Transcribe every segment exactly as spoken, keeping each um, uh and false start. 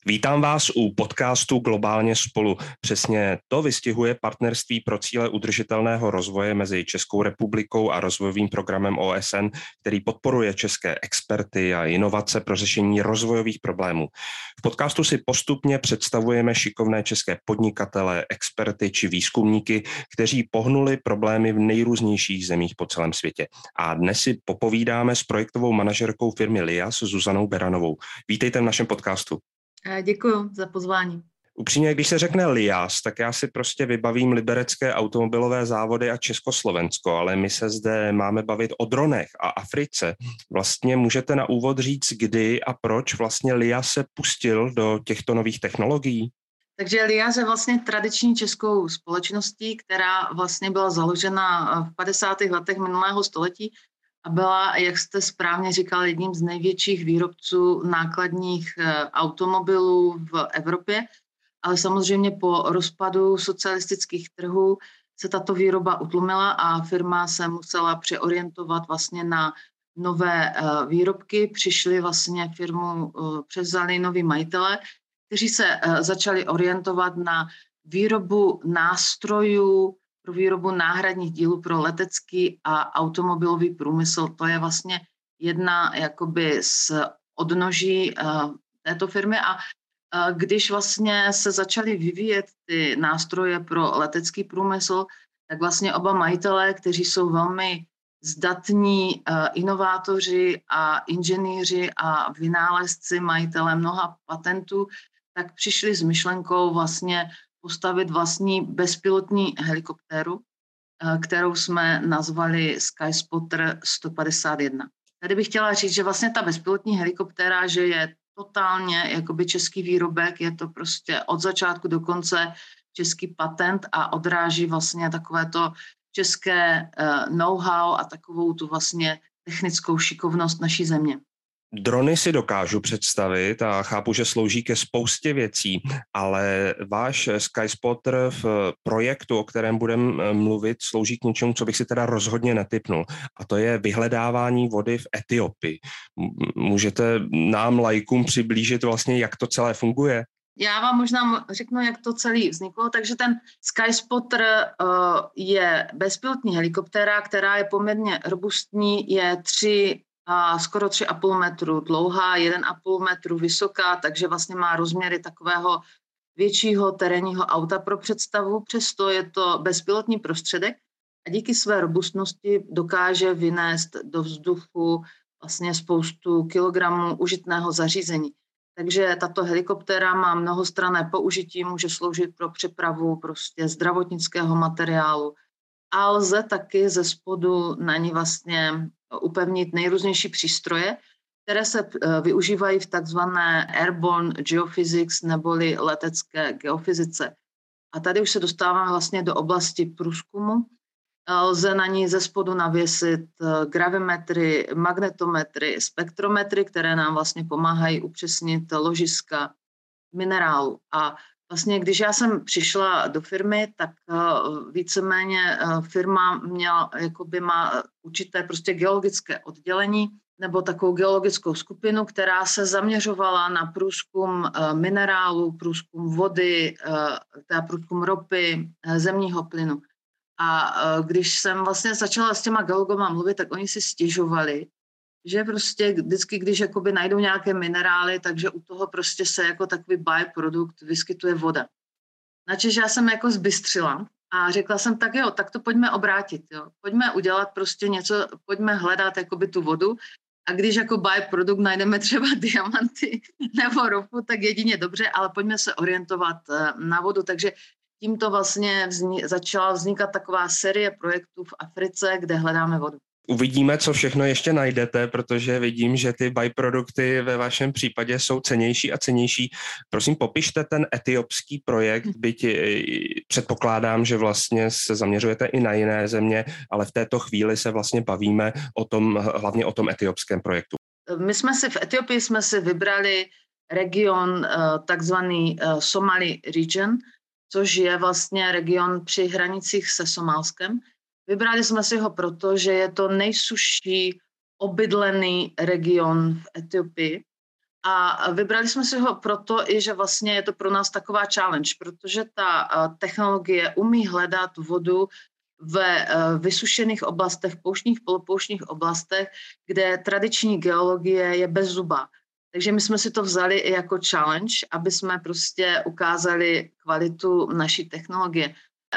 Vítám vás u podcastu Globálně spolu. Přesně to vystihuje partnerství pro cíle udržitelného rozvoje mezi Českou republikou a rozvojovým programem O S N, který podporuje české experty a inovace pro řešení rozvojových problémů. V podcastu si postupně představujeme šikovné české podnikatele, experty či výzkumníky, kteří pohnuli problémy v nejrůznějších zemích po celém světě. A dnes si popovídáme s projektovou manažerkou firmy Lias Zuzanou Beranovou. Vítejte v našem podcastu. Děkuji za pozvání. Upřímně, když se řekne Lias, tak já si prostě vybavím liberecké automobilové závody a Československo, ale my se zde máme bavit o dronech a Africe. Vlastně můžete na úvod říct, kdy a proč vlastně Lias se pustil do těchto nových technologií? Takže Lias je vlastně tradiční českou společností, která vlastně byla založena v padesátých letech minulého století a byla, jak jste správně říkal, jedním z největších výrobců nákladních automobilů v Evropě, ale samozřejmě po rozpadu socialistických trhů se tato výroba utlumila a firma se musela přeorientovat vlastně na nové výrobky. Přišli vlastně firmu, převzali noví majitele, kteří se začali orientovat na výrobu nástrojů pro výrobu náhradních dílů pro letecký a automobilový průmysl. To je vlastně jedna jakoby z odnoží uh, této firmy a uh, když vlastně se začaly vyvíjet ty nástroje pro letecký průmysl, tak vlastně oba majitelé, kteří jsou velmi zdatní uh, inovátoři a inženýři a vynálezci, majitelé mnoha patentů, tak přišli s myšlenkou vlastně postavit vlastní bezpilotní helikoptéru, kterou jsme nazvali Skyspotter sto padesát jedna. Tady bych chtěla říct, že vlastně ta bezpilotní helikoptéra, že je totálně jakoby český výrobek, je to prostě od začátku do konce český patent a odráží vlastně takovéto české know-how a takovou tu vlastně technickou šikovnost naší země. Drony si dokážu představit a chápu, že slouží ke spoustě věcí, ale váš Skyspotter v projektu, o kterém budeme mluvit, slouží k něčemu, co bych si teda rozhodně netipnul. A to je vyhledávání vody v Etiopii. Můžete nám laikům přiblížit vlastně, jak to celé funguje? Já vám možná řeknu, jak to celé vzniklo. Takže ten Skyspotter uh, je bezpilotní helikoptéra, která je poměrně robustní, je tři a skoro tři a půl metru dlouhá, jeden a půl metru vysoká, takže vlastně má rozměry takového většího terénního auta pro představu. Přesto je to bezpilotní prostředek a díky své robustnosti dokáže vynést do vzduchu vlastně spoustu kilogramů užitného zařízení. Takže tato helikoptéra má mnohostranné použití, může sloužit pro přepravu prostě zdravotnického materiálu a lze taky ze spodu na ní vlastně upevnit nejrůznější přístroje, které se využívají v takzvané airborne geophysics neboli letecké geofyzice. A tady už se dostáváme vlastně do oblasti průzkumu. Lze na ní ze spodu navěsit gravimetry, magnetometry, spektrometry, které nám vlastně pomáhají upřesnit ložiska minerálu. A vlastně, když já jsem přišla do firmy, tak víceméně firma měla, jakoby má určité prostě geologické oddělení nebo takovou geologickou skupinu, která se zaměřovala na průzkum minerálu, průzkum vody, teda průzkum ropy, zemního plynu. A když jsem vlastně začala s těma geologama mluvit, tak oni si stěžovali, že prostě vždycky, když jakoby najdou nějaké minerály, takže u toho prostě se jako takový byprodukt vyskytuje voda. Načež já jsem jako zbystřila a řekla jsem, tak jo, tak to pojďme obrátit, jo. Pojďme udělat prostě něco, pojďme hledat jakoby tu vodu a když jako byprodukt najdeme třeba diamanty nebo ropu, tak jedině dobře, ale pojďme se orientovat na vodu. Takže tímto vlastně vzni- začala vznikat taková série projektů v Africe, kde hledáme vodu. Uvidíme, co všechno ještě najdete, protože vidím, že ty byprodukty ve vašem případě jsou cennější a cennější. Prosím, popište ten etiopský projekt, byť předpokládám, že vlastně se zaměřujete i na jiné země, ale v této chvíli se vlastně bavíme o tom, hlavně o tom etiopském projektu. My jsme si v Etiopii jsme si vybrali region takzvaný Somali region, což je vlastně region při hranicích se Somálskem. Vybrali jsme si ho proto, že je to nejsušší obydlený region v Etiopii A vybrali jsme si ho proto i, že vlastně je to pro nás taková challenge, protože ta technologie umí hledat vodu ve vysušených oblastech, pouštních, polopouštních oblastech, kde tradiční geologie je bezzubá. Takže my jsme si to vzali i jako challenge, aby jsme prostě ukázali kvalitu naší technologie.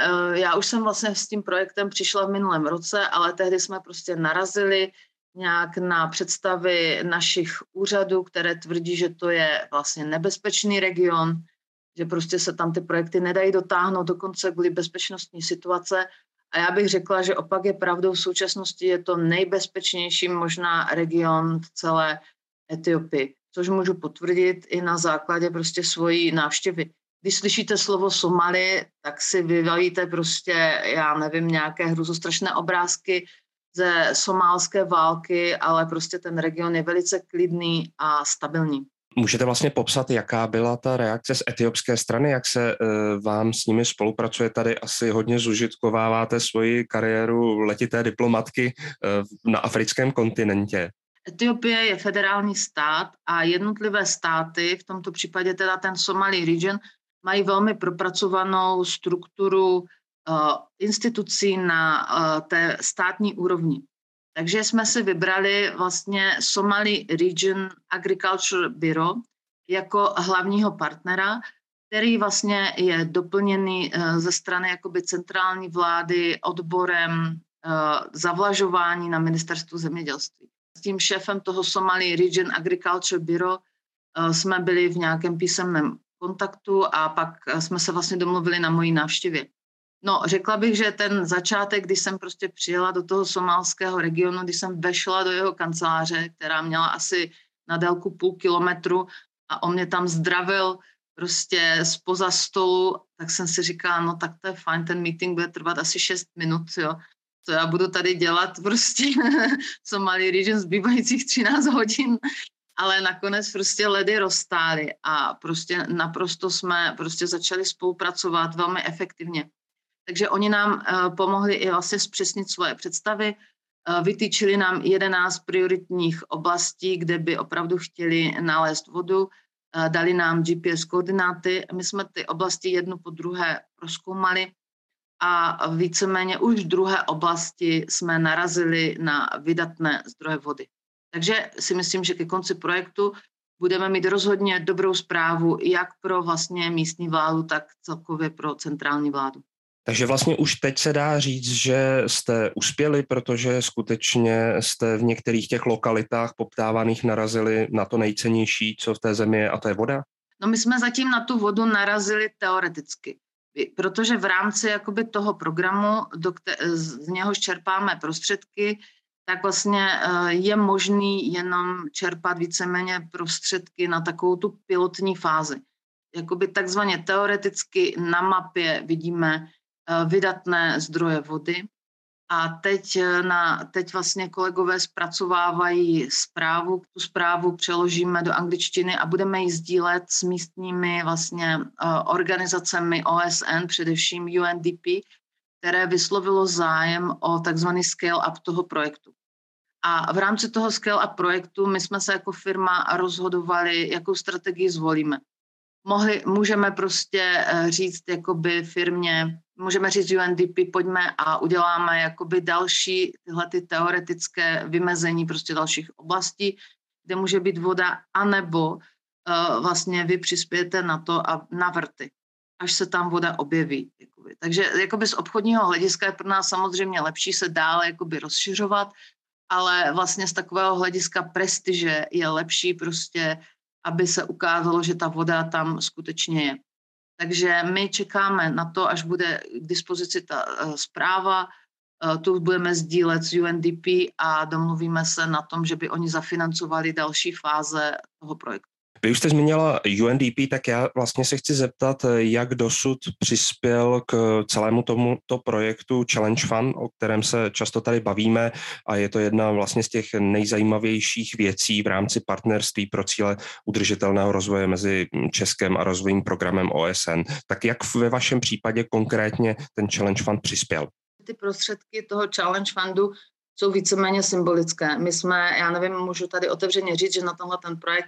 Já už jsem vlastně s tím projektem přišla v minulém roce, ale tehdy jsme prostě narazili nějak na představy našich úřadů, které tvrdí, že to je vlastně nebezpečný region, že prostě se tam ty projekty nedají dotáhnout dokonce kvůli bezpečnostní situace. A já bych řekla, že opak je pravdou. V současnosti je to nejbezpečnější možná region v celé Etiopii, což můžu potvrdit i na základě prostě svojí návštěvy. Když slyšíte slovo Somali, tak si vybavíte prostě, já nevím, nějaké hruzostrašné obrázky ze somálské války, ale prostě ten region je velice klidný a stabilní. Můžete vlastně popsat, jaká byla ta reakce z etiopské strany, jak se uh, vám s nimi spolupracuje? Tady asi hodně zužitkováváte svoji kariéru letité diplomatky uh, na africkém kontinentě. Etiopie je federální stát a jednotlivé státy, v tomto případě teda ten Somali region, mají velmi propracovanou strukturu uh, institucí na uh, té státní úrovni. Takže jsme si vybrali vlastně Somali Region Agriculture Bureau jako hlavního partnera, který vlastně je doplněný uh, ze strany jakoby centrální vlády odborem uh, zavlažování na ministerstvu zemědělství. S tím šéfem toho Somali Region Agriculture Bureau uh, jsme byli v nějakém písemném kontaktu a pak jsme se vlastně domluvili na mojí návštěvě. No, řekla bych, že ten začátek, když jsem prostě přijela do toho somálského regionu, když jsem vešla do jeho kanceláře, která měla asi na délku půl kilometru a on mě tam zdravil prostě spoza stolu, tak jsem si říkala, no tak to je fajn, ten meeting bude trvat asi šest minut, jo. Co já budu tady dělat prostě Somali region zbývajících třináct hodin. Ale nakonec prostě ledy roztály a prostě naprosto jsme prostě začali spolupracovat velmi efektivně. Takže oni nám uh, pomohli i vlastně zpřesnit svoje představy, uh, vytýčili nám jedenáct prioritních oblastí, kde by opravdu chtěli nalézt vodu, uh, dali nám G P S koordináty, my jsme ty oblasti jednu po druhé prozkoumali a víceméně už v druhé oblasti jsme narazili na vydatné zdroje vody. Takže si myslím, že ke konci projektu budeme mít rozhodně dobrou zprávu jak pro vlastně místní vládu, tak celkově pro centrální vládu. Takže vlastně už teď se dá říct, že jste uspěli, protože skutečně jste v některých těch lokalitách poptávaných narazili na to nejcennější, co v té zemi je, a to je voda? No my jsme zatím na tu vodu narazili teoreticky, protože v rámci jakoby toho programu, do kte- z něhož čerpáme prostředky, tak vlastně je možný jenom čerpat víceméně prostředky na takovou tu pilotní fázi. Jakoby takzvaně teoreticky na mapě vidíme vydatné zdroje vody a teď, na, teď vlastně kolegové zpracovávají zprávu, tu zprávu přeložíme do angličtiny a budeme ji sdílet s místními vlastně organizacemi O S N, především U N D P, které vyslovilo zájem o takzvaný scale-up toho projektu. A v rámci toho scale-up projektu my jsme se jako firma rozhodovali, jakou strategii zvolíme. Mohli, můžeme prostě říct jakoby firmě, můžeme říct U N D P, pojďme a uděláme jakoby další tyhle ty teoretické vymezení prostě dalších oblastí, kde může být voda, anebo uh, vlastně vy přispějete na to a na vrty, až se tam voda objeví. Jakoby. Takže jakoby z obchodního hlediska je pro nás samozřejmě lepší se dále jakoby rozšiřovat, ale vlastně z takového hlediska prestiže je lepší prostě, aby se ukázalo, že ta voda tam skutečně je. Takže my čekáme na to, až bude k dispozici ta uh, zpráva, uh, tu budeme sdílet s U N D P a domluvíme se na tom, že by oni zafinancovali další fáze toho projektu. Vy už jste zmínila U N D P, tak já vlastně se chci zeptat, jak dosud přispěl k celému tomuto projektu Challenge Fund, o kterém se často tady bavíme, a je to jedna vlastně z těch nejzajímavějších věcí v rámci partnerství pro cíle udržitelného rozvoje mezi Českem a rozvojovým programem O S N. Tak jak ve vašem případě konkrétně ten Challenge Fund přispěl? Ty prostředky toho Challenge Fundu jsou víceméně symbolické. My jsme, já nevím, můžu tady otevřeně říct, že na tenhle ten projekt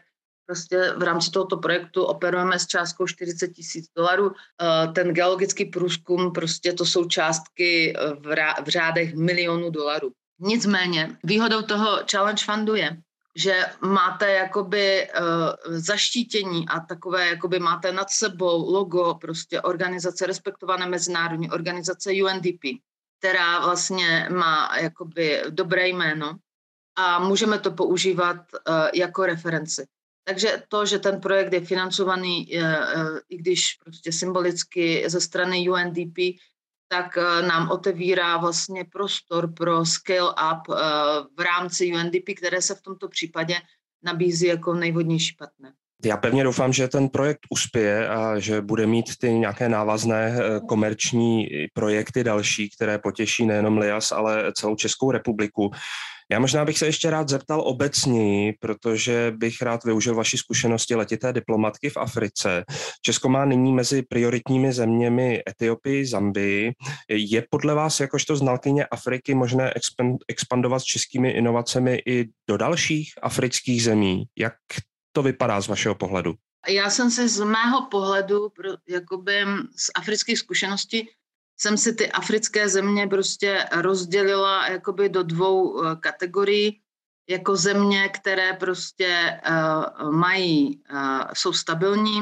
prostě v rámci tohoto projektu operujeme s částkou čtyřicet tisíc dolarů. Ten geologický průzkum, prostě to jsou částky v, rá, v řádech milionů dolarů. Nicméně výhodou toho Challenge Fundu je, že máte jakoby uh, zaštítění a takové, jakoby máte nad sebou logo prostě organizace, respektované mezinárodní organizace U N D P, která vlastně má jakoby dobré jméno a můžeme to používat uh, jako referenci. Takže to, že ten projekt je financovaný, uh, uh, i když prostě symbolicky ze strany U N D P, tak nám otevírá vlastně prostor pro scale up v rámci U N D P, které se v tomto případě nabízí jako nejvhodnější partner. Já pevně doufám, že ten projekt uspěje a že bude mít ty nějaké návazné komerční projekty další, které potěší nejenom Lias, ale celou Českou republiku. Já možná bych se ještě rád zeptal obecněji, protože bych rád využil vaší zkušenosti letité diplomatky v Africe. Česko má nyní mezi prioritními zeměmi Etiopii, Zambii. Je podle vás jakožto znalkyně Afriky možné expandovat s českými inovacemi i do dalších afrických zemí? Jak to vypadá z vašeho pohledu? Já jsem se z mého pohledu, jakoby z afrických zkušeností, jsem si ty africké země prostě rozdělila jakoby do dvou kategorií, jako země, které prostě uh, mají, uh, jsou stabilní,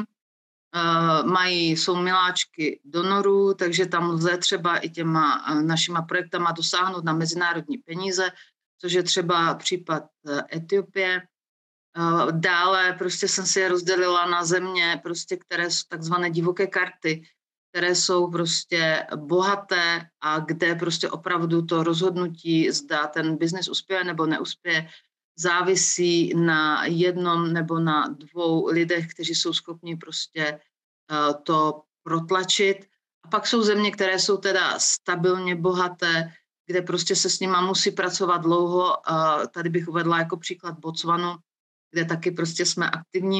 uh, mají, jsou miláčky donorů, takže tam lze třeba i těma uh, našima projektama dosáhnout na mezinárodní peníze, což je třeba případ uh, Etiopie. Uh, dále prostě jsem si je rozdělila na země, prostě, které jsou takzvané divoké karty, které jsou prostě bohaté a kde prostě opravdu to rozhodnutí, zda ten biznis uspěje nebo neuspěje, závisí na jednom nebo na dvou lidech, kteří jsou schopni prostě to protlačit. A pak jsou země, které jsou teda stabilně bohaté, kde prostě se s nima musí pracovat dlouho. Tady bych uvedla jako příklad Botswanu, kde taky prostě jsme aktivní.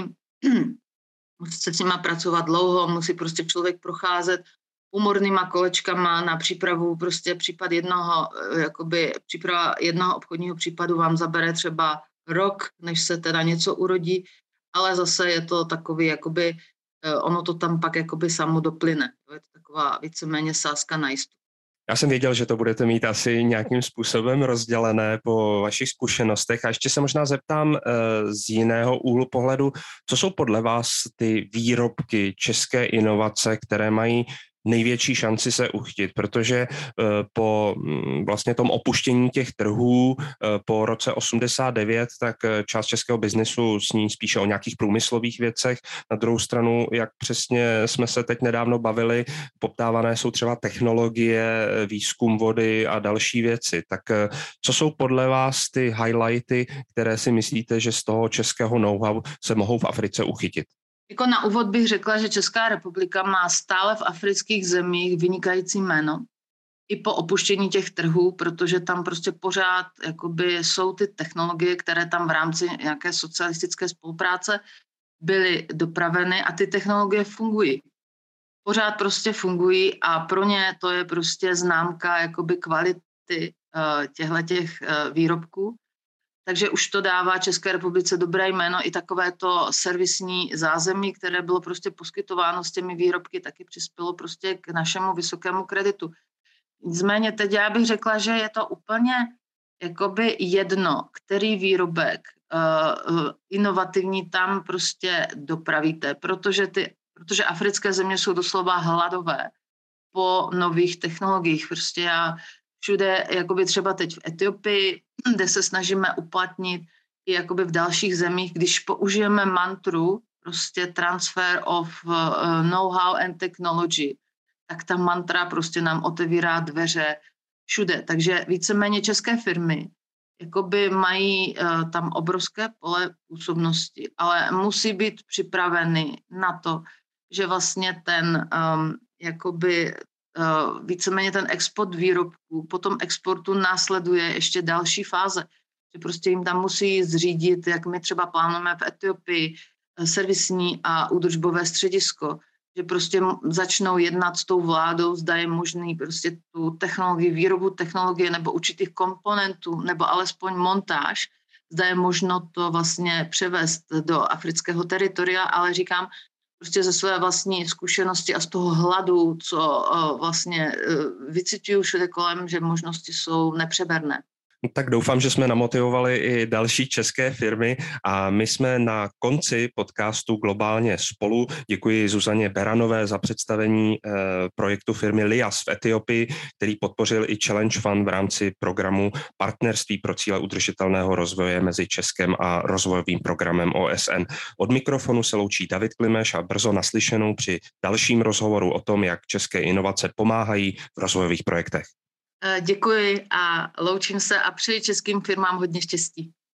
Musí se s nima pracovat dlouho, musí prostě člověk procházet úmornýma kolečkama na přípravu, prostě případ jednoho, jakoby příprava jednoho obchodního případu vám zabere třeba rok, než se teda něco urodí, ale zase je to takový, jakoby, ono to tam pak jakoby samo doplyne. To je to taková víceméně sázka na jistotu. Já jsem věděl, že to budete mít asi nějakým způsobem rozdělené po vašich zkušenostech a ještě se možná zeptám z jiného úhlu pohledu, co jsou podle vás ty výrobky, české inovace, které mají největší šanci se uchytit, protože po vlastně tom opuštění těch trhů po roce osmdesát devět, tak část českého biznesu sní spíše o nějakých průmyslových věcech. Na druhou stranu, jak přesně jsme se teď nedávno bavili, poptávané jsou třeba technologie, výzkum vody a další věci. Tak co jsou podle vás ty highlighty, které si myslíte, že z toho českého know-how se mohou v Africe uchytit? Jako na úvod bych řekla, že Česká republika má stále v afrických zemích vynikající jméno i po opuštění těch trhů, protože tam prostě pořád jakoby jsou ty technologie, které tam v rámci nějaké socialistické spolupráce byly dopraveny a ty technologie fungují. Pořád prostě fungují a pro ně to je prostě známka jakoby kvality uh, těchhletěch uh, výrobků. Takže už to dává České republice dobré jméno, i takovéto servisní zázemí, které bylo prostě poskytováno s těmi výrobky, taky přispělo prostě k našemu vysokému kreditu. Nicméně teď já bych řekla, že je to úplně jakoby jedno, který výrobek uh, inovativní tam prostě dopravíte, protože, ty, protože africké země jsou doslova hladové po nových technologiích. Prostě já všude, jakoby třeba teď v Etiopii, kde se snažíme uplatnit i jakoby v dalších zemích, když použijeme mantru, prostě transfer of uh, know-how and technology, tak ta mantra prostě nám otevírá dveře všude. Takže víceméně české firmy jakoby mají uh, tam obrovské pole působnosti, ale musí být připraveny na to, že vlastně ten um, jakoby Uh, víceméně ten export výrobků, po tom exportu následuje ještě další fáze, že prostě jim tam musí zřídit, jak my třeba plánujeme v Etiopii, servisní a údržbové středisko, že prostě začnou jednat s tou vládou, zda je možný prostě tu technologii, výrobu technologie nebo určitých komponentů, nebo alespoň montáž zda je možno to vlastně převést do afrického teritoria, ale říkám, prostě ze své vlastní zkušenosti a z toho hladu, co vlastně vycituju všude kolem, že možnosti jsou nepřeberné. Tak doufám, že jsme namotivovali i další české firmy a my jsme na konci podcastu Globálně spolu. Děkuji Zuzaně Beranové za představení eh, projektu firmy Lias v Etiopii, který podpořil i Challenge Fund v rámci programu Partnerství pro cíle udržitelného rozvoje mezi Českem a rozvojovým programem O S N. Od mikrofonu se loučí David Klimeš a brzo naslyšenou při dalším rozhovoru o tom, jak české inovace pomáhají v rozvojových projektech. Děkuji a loučím se a přeji českým firmám hodně štěstí.